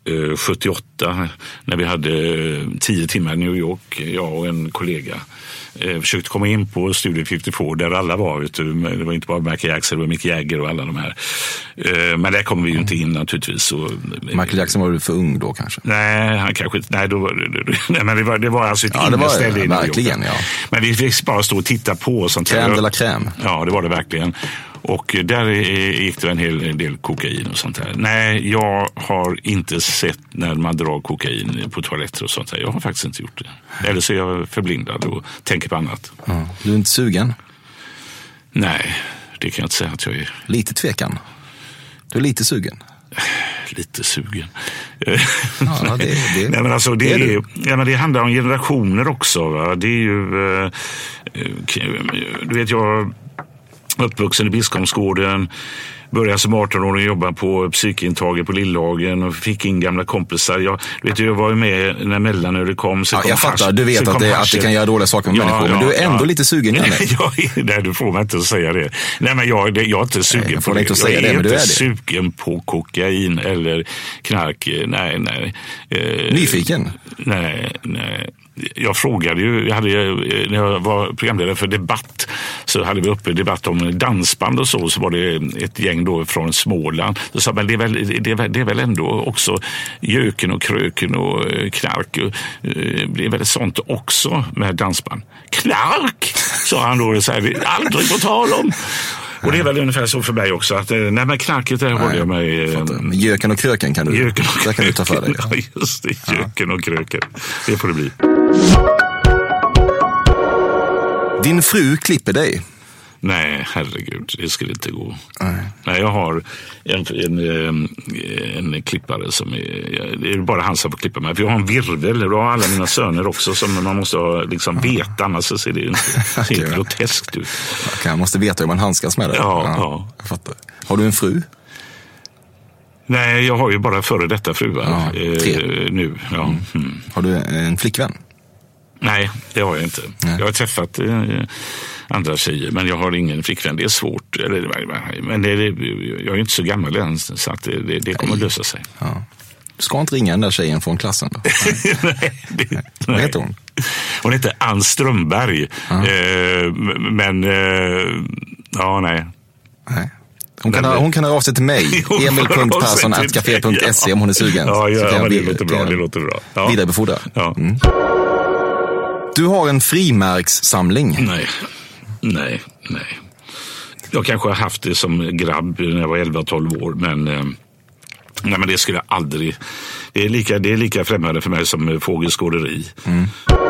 nittonhundrasjuttioåtta när vi hade tio timmar i New York, jag och en kollega. eh, försökte komma in på Studio femtiofyra där alla var. Vet du. Det var inte bara Michael Jackson, det var Mick Jagger och alla de här. Eh, men där kom vi ju inte in naturligtvis. Så, Michael Jackson var du för ung då kanske? Nej, han kanske inte. Nej, då var det, nej, men det var, det var alltså ett ja, det var ställe det, verkligen, ja. Men vi fick bara stå och titta på och sånt. Crème de la crème. Ja, det var det verkligen. Och där gick det en hel del kokain och sånt där. Nej, jag har inte sett när man drar kokain på toaletter och sånt där. Jag har faktiskt inte gjort det. Eller så är jag förblindad och tänker på annat. Mm. Du är inte sugen? Nej, det kan jag inte säga att jag är. Lite tvekan? Du är lite sugen? Lite sugen. Ja, det, det, Nej, men alltså, det, det, är, ja, men det handlar om generationer också. Va? Det är ju... Eh, du vet, jag uppvuxen i Biskopsgården, började som arton år och jobba på psykintaget på Lillhagen och fick in gamla kompisar. Jag, vet, jag var ju med när mellanölet kom. Så ja, kom jag hasch, fattar, du vet att det, att det kan göra dåliga saker med ja, människor, men ja, du är ändå ja. lite sugen igen. Ja, nej, du får mig inte att säga det. Nej, men jag, det, jag är inte sugen nej, jag på det. Inte att säga jag är, det, men inte är sugen på kokain eller knark. Nej, nej. Eh, Nyfiken? Nej, nej. Jag frågade ju, jag hade, när jag var programledare för Debatt så hade vi uppe debatt om dansband och så, så var det ett gäng då från Småland. Så sa men det är väl, det är väl, det är väl ändå också göken och kröken och knark. Det är väl sånt också med dansband. Knark! Sa han då, så här, aldrig på tal om. Och det är väl ungefär så för mig också att nej, men knarket där håller jag mig. Göken och kröken kan du, göken och där kan du ta för dig. Ja, just det, göken och kröken. Det får det bli. Din fru klipper dig. Nej, herregud, det skulle inte gå. Nej, Nej jag har en, en, en klippare som är, det är bara han som får klippa mig. För jag har en virvel, och har alla mina söner också som man måste liksom veta, annars så ser det ju inte helt groteskt ut. Okay, man måste veta hur man handskas med det. Ja, ja. ja. Jag fattar. Har du en fru? Nej, jag har ju bara före detta fruar ja, eh, nu. Ja. Mm. Mm. Har du en flickvän? Nej, det har jag inte. Nej. Jag har träffat eh, andra tjejer, men jag har ingen flickvän. Det är svårt. Eller, men det, jag är inte så gammal än, så att det, det, det kommer att lösa sig. Ja. Du ska inte ringa den där tjejen från klassen då? Nej, det, vad heter hon? Hon heter Ann Strömberg. Ja. Eh, men, eh, ja, nej. Nej. Hon kan, ha, hon kan ha av sig till mig, emil punkt persson at café punkt se om hon är sugen. Ja, ja, ja men det låter bra. Det låter bra. Ja. Vidarebefordra. Ja. Mm. Du har en frimärkssamling. Nej, nej, nej. Jag kanske har haft det som grabb när jag var elva tolv år, men, eh, nej, men det skulle jag aldrig. Det är lika, det är lika främmande för mig som fågelskåderi. Mm.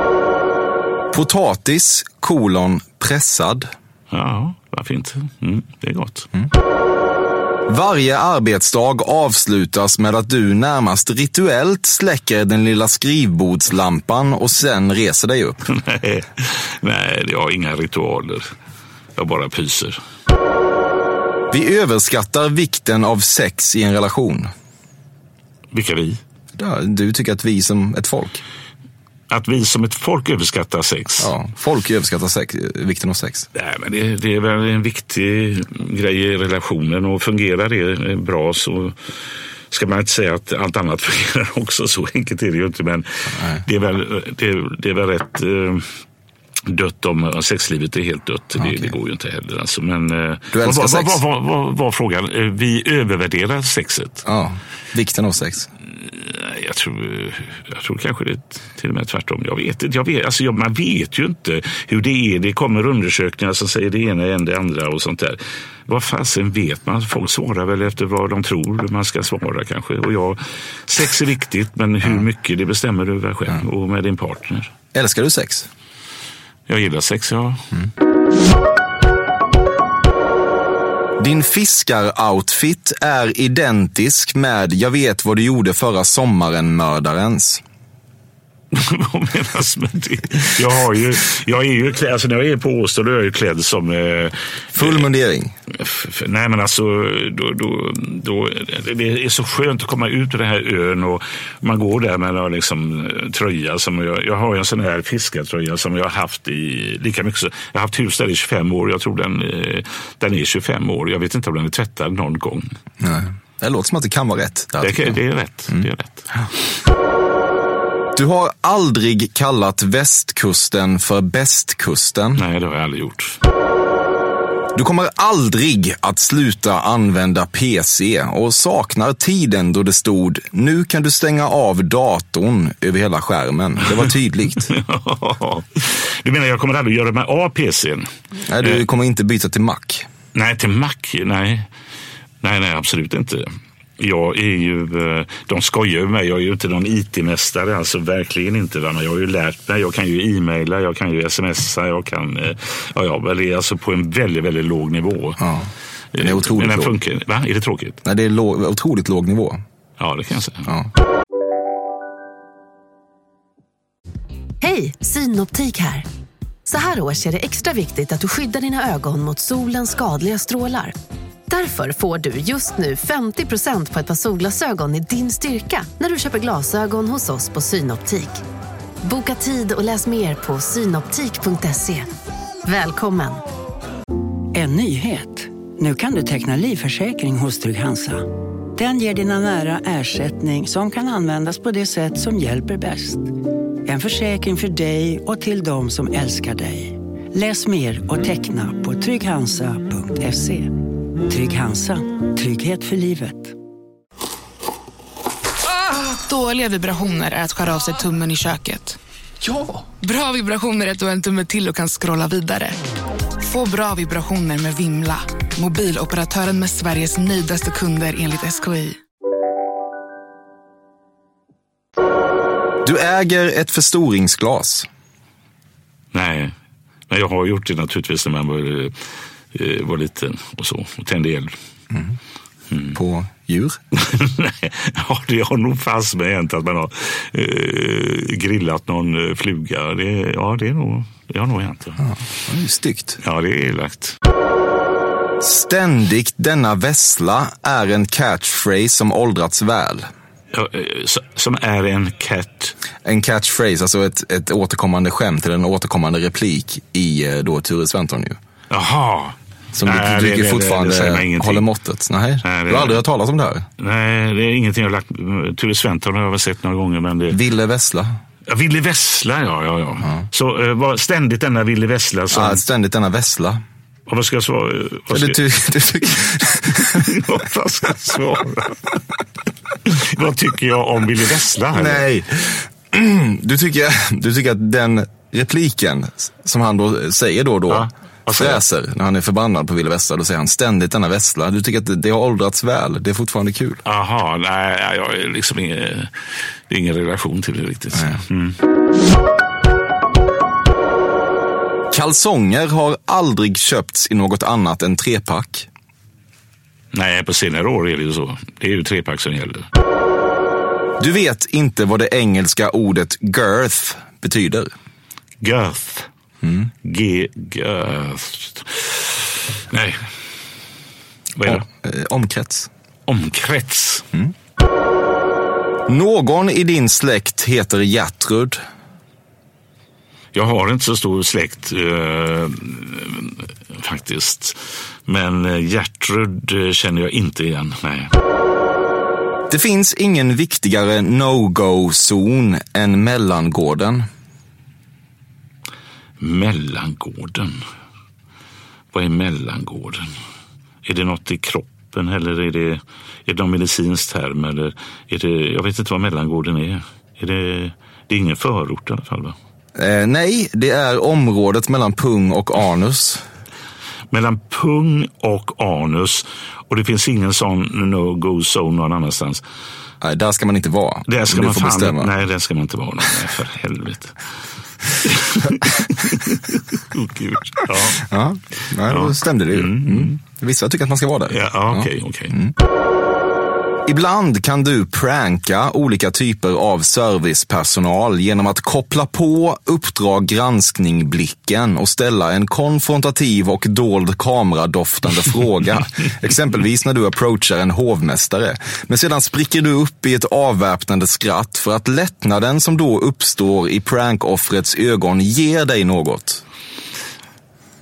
Potatis, kolon, pressad. Ja, varför inte? Mm, det är gott. Mm. Varje arbetsdag avslutas med att du närmast rituellt släcker den lilla skrivbordslampan och sen reser dig upp. Nej, nej, jag har inga ritualer. Jag bara pyser. Vi överskattar vikten av sex i en relation. Vilka vi? Ja, du tycker att vi som ett folk. Att vi som ett folk överskattar sex? Ja, folk överskattar sex, vikten av sex. Nej, men det, det är väl en viktig grej i relationen, och fungerar det bra så ska man inte säga att allt annat fungerar också. Så enkelt är det ju inte, men det är, väl, det, det är väl rätt eh, dött om sexlivet är helt dött. Det, okay. det går ju inte heller. Alltså. Men, du älskar vad, sex? Vad var, var, var, var frågan? Vi övervärderar sexet. Ja, vikten av sex. Jag tror, jag tror kanske det till och med tvärtom. Jag vet inte. Jag vet, alltså jag, man vet ju inte hur det är. Det kommer undersökningar som säger det ena än det andra och sånt där. Vad fasen vet man? Folk svarar väl efter vad de tror man ska svara kanske. Och jag, sex är viktigt, men hur mycket det bestämmer du över själv och med din partner. Älskar du sex? Jag gillar sex, ja. Mm. Din fiskar-outfit är identisk med jag vet vad du gjorde förra sommaren mördarens. Vad menas med det? Jag har ju, jag är ju klädd, alltså när jag är på Åstad då är jag ju klädd som eh, full mundering. F- nej men alltså då, då, då, det är så skönt att komma ut på den här ön och man går där med en liksom, tröja som jag, jag har en sån här fiskartröja som jag har haft i lika mycket. Jag har haft hus där i tjugofem år. Jag tror den, den är tjugofem år. Jag vet inte om den är tvättad någon gång. Nej. Det låter som att det kan vara rätt. Det, det är rätt. Mm. Det är rätt. Du har aldrig kallat västkusten för bästkusten. Nej, det har jag aldrig gjort. Du kommer aldrig att sluta använda P C och saknar tiden då det stod nu kan du stänga av datorn över hela skärmen. Det var tydligt. Du menar jag kommer aldrig göra mig av P C:n? Nej, du kommer inte byta till Mac. Nej, till Mac? Nej, nej, nej absolut inte. Jag är ju, de skojar med mig, jag är ju inte någon I T-mästare, alltså verkligen inte. Men jag har ju lärt mig, jag kan ju e-maila, jag kan ju smsa, jag kan, ja, jag är alltså på en väldigt, väldigt låg nivå. Ja, det är otroligt låg. Funkar, va? Är det tråkigt? Nej, det är låg, otroligt låg nivå. Ja, det kan jag säga. Ja. Hej, Synoptik här. Så här års är det extra viktigt att du skyddar dina ögon mot solens skadliga strålar. Därför får du just nu femtio procent på ett par solglasögon i din styrka när du köper glasögon hos oss på Synoptik. Boka tid och läs mer på synoptik punkt se. Välkommen! En nyhet. Nu kan du teckna livförsäkring hos Trygg-Hansa. Den ger dina nära ersättning som kan användas på det sätt som hjälper bäst. En försäkring för dig och till de som älskar dig. Läs mer och teckna på trygg hansa punkt se. Trygg-Hansa. Trygghet för livet. Ah, dåliga vibrationer är att skära av sig tummen i köket. Ja! Bra vibrationer är att du har en tumme till och kan scrolla vidare. Få bra vibrationer med Vimla. Mobiloperatören med Sveriges nöjdaste kunder enligt S K I. Du äger ett förstoringsglas. Nej, men jag har gjort det naturligtvis när man var, var liten och så. Och tände eld. Mm. Mm. På djur? Nej, ja, det har nog fast med hänt att man har eh, grillat någon fluga. Det, ja, det, är nog, det har nog hänt. Ja. Ja, det är styggt. Ja, det är elakt. Ständigt denna vässla är en catchphrase som åldrats väl. Ja, som är en cat... En catchphrase, alltså ett, ett återkommande skämt eller en återkommande replik i då Ture Sventon ju. Jaha. Som nej, du tycker det, fortfarande det, det håller måttet. Nej, nej det, du har aldrig hört talas om det här? Nej, det är ingenting jag har lagt... Ture Sventon har jag väl sett några gånger, men det... Ville Vessla. Ja, Ville Vessla, ja, ja, ja. ja. Så uh, var ständigt denna Ville Vessla som... Ja, ständigt denna Vessla. Och vad ska jag svara? Vad ska, ja, du, du, du... vad ska jag svara? Vad tycker jag om Ville Vessla här? Nej, du tycker, du tycker att den repliken som han då säger då och då, ja, fräser när han är förbannad på Ville Vessla, då säger han ständigt denna Vessla. Du tycker att det, det har åldrats väl, det är fortfarande kul. Aha, nej, jag är liksom ingen, det är ingen relation till det riktigt. Mm. Kalsonger har aldrig köpts i något annat än trepack. Nej, på senare år är det ju så. Det är ju trepack som gäller. Du vet inte vad det engelska ordet girth betyder. Girth. Mm. G girth. Nej. Vad är det? Om, eh, omkrets. Omkrets. Mm. Någon i din släkt heter Gertrud. Jag har inte så stor släkt eh, faktiskt. Men Gertrud känner jag inte igen, nej. Det finns ingen viktigare no-go-zon än Mellangården. Mellangården? Vad är Mellangården? Är det något i kroppen eller är det, är det någon medicinsk term? Eller är det, jag vet inte vad Mellangården är. Är det, det är ingen förort i alla fall, va? Eh, nej, det är området mellan pung och anus. Mellan pung och anus. Och det finns ingen sån no-go-zone någon annanstans. Nej, där ska man inte vara. Där ska du man får fan, bestämma. Nej, där ska man inte vara. Nej, för helvete. oh, Gud. Ja, ja, nej, då stämde det ju. Mm. Vissa tycker att man ska vara där. Ja, okej, okay, okej. Okay. Mm. Ibland kan du pranka olika typer av servicepersonal genom att koppla på Uppdrag granskning-blicken och ställa en konfrontativ och dold kameradoftande fråga. Exempelvis när du approachar en hovmästare. Men sedan spricker du upp i ett avväpnande skratt för att lättnaden som då uppstår i prankoffrets ögon ger dig något.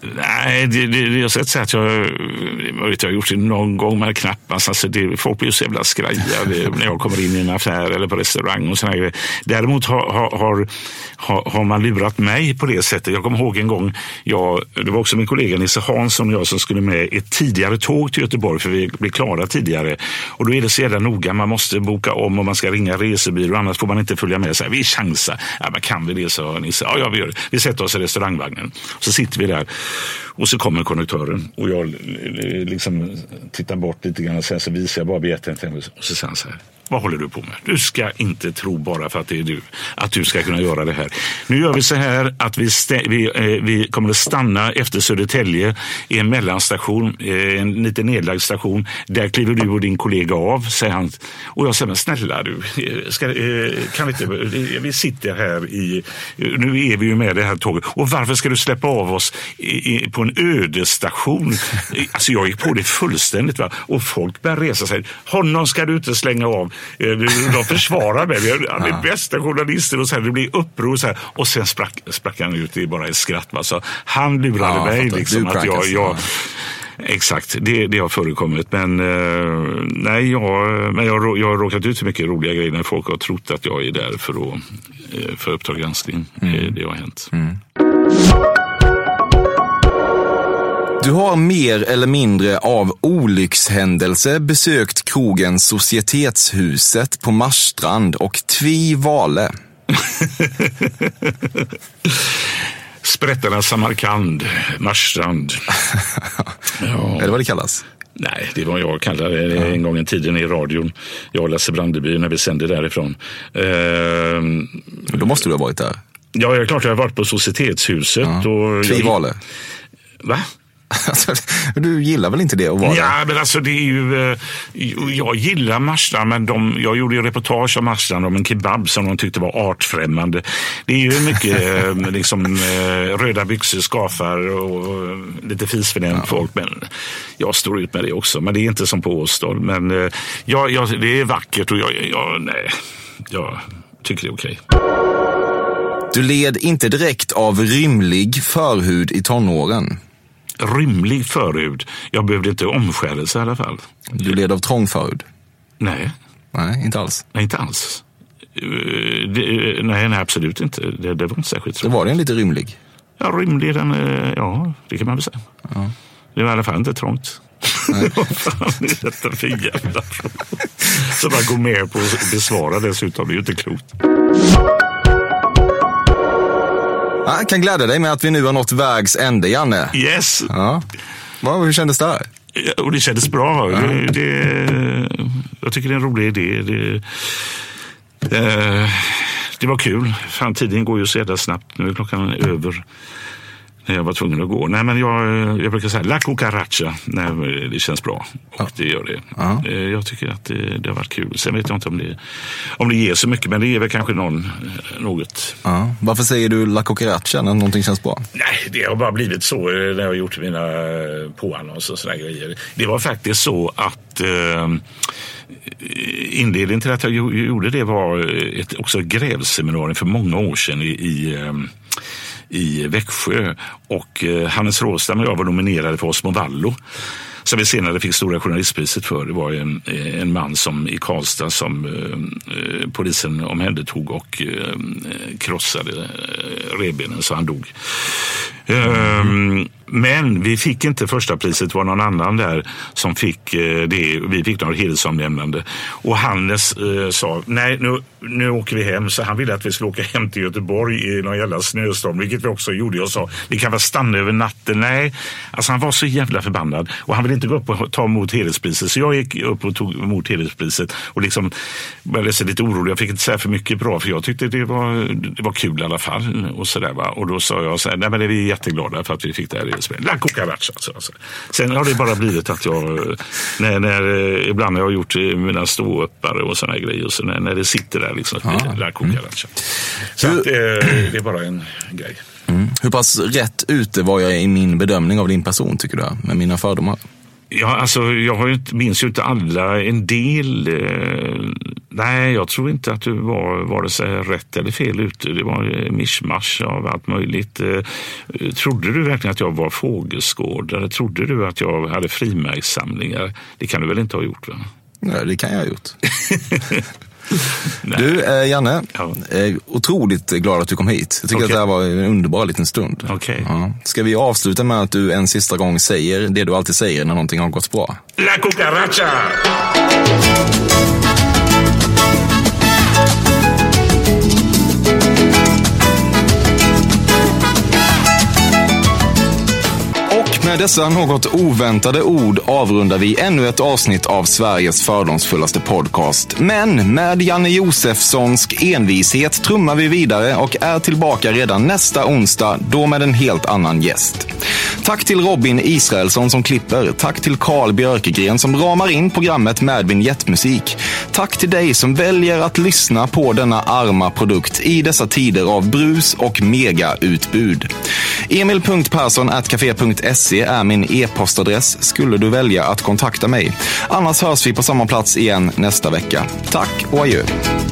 Nej, det, det, jag har sett så att jag, jag, vet, jag har gjort det någon gång med knappast. Alltså det, folk blir ju så jävla skraja när jag kommer in i en affär eller på restaurang och sådär. Däremot har, har, har, har man lurat mig på det sättet. Jag kommer ihåg en gång, jag, det var också min kollega Nisse Hansson och jag som skulle med ett tidigare tåg till Göteborg för vi blev klara tidigare. Och då är det så jävla noga, man måste boka om och man ska ringa resebyrå, annars får man inte följa med. Så här, vi chansar, ja, men kan vi det, så Nisse? Ja, ja, vi gör det. Vi sätter oss i restaurangvagnen. Så sitter vi där och så kommer konduktören och jag liksom tittar bort lite grann och sen så visar jag bara biljetten till henne och så säger han så här: vad håller du på med? Du ska inte tro bara för att det är du att du ska kunna göra det här. Nu gör vi så här att vi, stä- vi, eh, vi kommer att stanna efter Södertälje i en mellanstation, eh, en lite nedlagd station. Där kliver du och din kollega av, säger han. Och jag säger, men snälla du, ska, eh, kan vi inte, vi sitter här i, nu är vi ju med det här tåget. Och varför ska du släppa av oss i, i, på en ödestation? Alltså jag gick på det fullständigt, va? Och folk börjar resa sig. Honom ska du inte slänga av. De försvarar mig. Han är bästa journalister och så här, det blir uppror och så här. Och sen sprack, sprack han ut i bara ett skratt. Va? Så han lurade ja, mig liksom att jag... jag exakt, det, det har förekommit. Men eh, nej, jag, men jag, jag har råkat ut för mycket roliga grejer när folk har trott att jag är där för att för Uppdrag granskning. Mm. Det har hänt. Mm. Du har mer eller mindre av olyckshändelse besökt krogen Societetshuset på Marstrand och Tvi Vale. Sprättarna Samarkand, Marstrand. Ja. Är det vad det kallas? Nej, det var jag kallade det en gång i tiden i radion. Jag och Lasse Brandeby när vi sände därifrån. Uh, Då måste du ha varit där. Ja, jag är klart jag har varit på Societetshuset. Ja. Och Tvi Vale. Va? Du gillar väl inte det att vara där? Ja, men alltså det är ju... Jag gillar Marstrand, men de, jag gjorde ju reportage om Marstrand om en kebab som de tyckte var artfrämmande. Det är ju mycket liksom röda byxor, skafar och lite fisförnämt ja. folk, men jag står ut med det också. Men det är inte som på Åstad. Men ja, ja, det är vackert och jag, jag, nej, jag tycker det är okej. Du led inte direkt av rymlig förhud i tonåren. Rymlig förhud. Jag behövde inte omskärelse i alla fall. Du led av trång förhud? Nej. Nej, inte alls. Nej, inte alls. Uh, det, nej, nej, absolut inte. Det, det var inte särskilt trångt. Det var den lite rymlig? Ja, rymlig, den, ja, det kan man väl säga. Ja. Det var i alla fall inte trångt. Vad fan är detta för jävla fråga? Så man går med på att besvara dessutom, det är ju inte klokt. Jag kan glädja dig med att vi nu har nått vägs ände, Janne. Yes! Ja. Vad, hur kändes det här? Ja, och det kändes bra. Ja. Det, det, jag tycker det är en rolig idé. Det, det, det var kul. Fan, tiden går ju så jävla snabbt. Nu är klockan över när jag var tvungen att gå. Nej, men jag, jag brukar säga la cucaracha. Nej, det känns bra. Och ja. det gör det. Ja. Jag tycker att det, det har varit kul. Sen vet jag inte om det, om det ger så mycket, men det ger väl kanske någon, något. Ja. Varför säger du la cucaracha när någonting känns bra? Nej, det har bara blivit så när jag har gjort mina påannonser och sådana grejer. Det var faktiskt så att eh, inledningen till att jag gjorde det var ett också grävseminarium för många år sedan i, i eh, i Växjö, och eh, Hannes Råstam och jag var nominerade för Osmo Vallo som vi senare fick stora journalistpriset för. Det var en, en man som i Karlstad som eh, polisen omhändertog och eh, krossade eh, revbenen så han dog. Mm. Men vi fick inte första priset, det var någon annan där som fick det. Vi fick något hedersomnämnande. Och Hannes eh, sa, nej nu, nu åker vi hem. Så han ville att vi skulle åka hem till Göteborg i någon jävla snöstorm, vilket vi också gjorde. Jag sa, vi kan väl stanna över natten. Nej, alltså han var så jävla förbannad. Och han ville inte gå upp och ta emot hederspriset. Så jag gick upp och tog emot hederspriset. Och liksom började se lite orolig. Jag fick inte säga för mycket bra, för jag tyckte det var, det var kul i alla fall. Och, så där, va? Och då sa jag så här, nej men det är vi jätteglada för att vi fick det här. La cucaracha, alltså. Sen har det bara blivit att jag när, när, ibland har jag gjort mina ståuppare och såna grejer, och så när, när det sitter där liksom, ja. La cucaracha. Så att, eh, det är bara en grej. Mm. Hur pass rätt ute var jag i min bedömning av din person, tycker du, med mina fördomar? Ja, alltså, jag har ju inte, minns ju inte alla, en del. Eh, nej, jag tror inte att du var vare sig rätt eller fel ute. Det var eh, mischmasch av allt möjligt. Eh, trodde du verkligen att jag var fågelskådare? Trodde du att jag hade frimärkssamlingar? Det kan du väl inte ha gjort, va? Nej, det kan jag ha gjort. Du, eh, Janne, ja. eh, otroligt glad att du kom hit. Jag tycker okay. att det här var en underbar liten stund. Okay. Ja. Ska vi avsluta med att du en sista gång säger det du alltid säger när någonting har gått bra? La cucaracha! Med dessa något oväntade ord avrundar vi ännu ett avsnitt av Sveriges fördomsfullaste podcast. Men med Janne Josefssonsk envishet trummar vi vidare och är tillbaka redan nästa onsdag, då med en helt annan gäst. Tack till Robin Israelsson som klipper. Tack till Carl Björkegren som ramar in programmet med vignettmusik. Tack till dig som väljer att lyssna på denna arma produkt i dessa tider av brus och mega-utbud. emil punkt persson at café punkt se är min e-postadress skulle du välja att kontakta mig. Annars hörs vi på samma plats igen nästa vecka. Tack och adjö.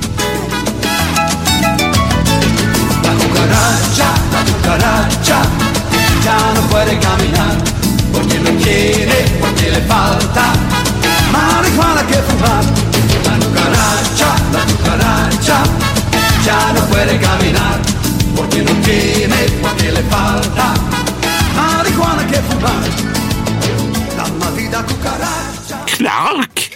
La cucaracha, la cucaracha, ya no puede caminar, porque no quiere, porque le falta marihuana que fumar. La cucaracha, la cucaracha, ya no puede caminar, porque no tiene, porque le falta marihuana que fumar. La maldita cucaracha. Clark!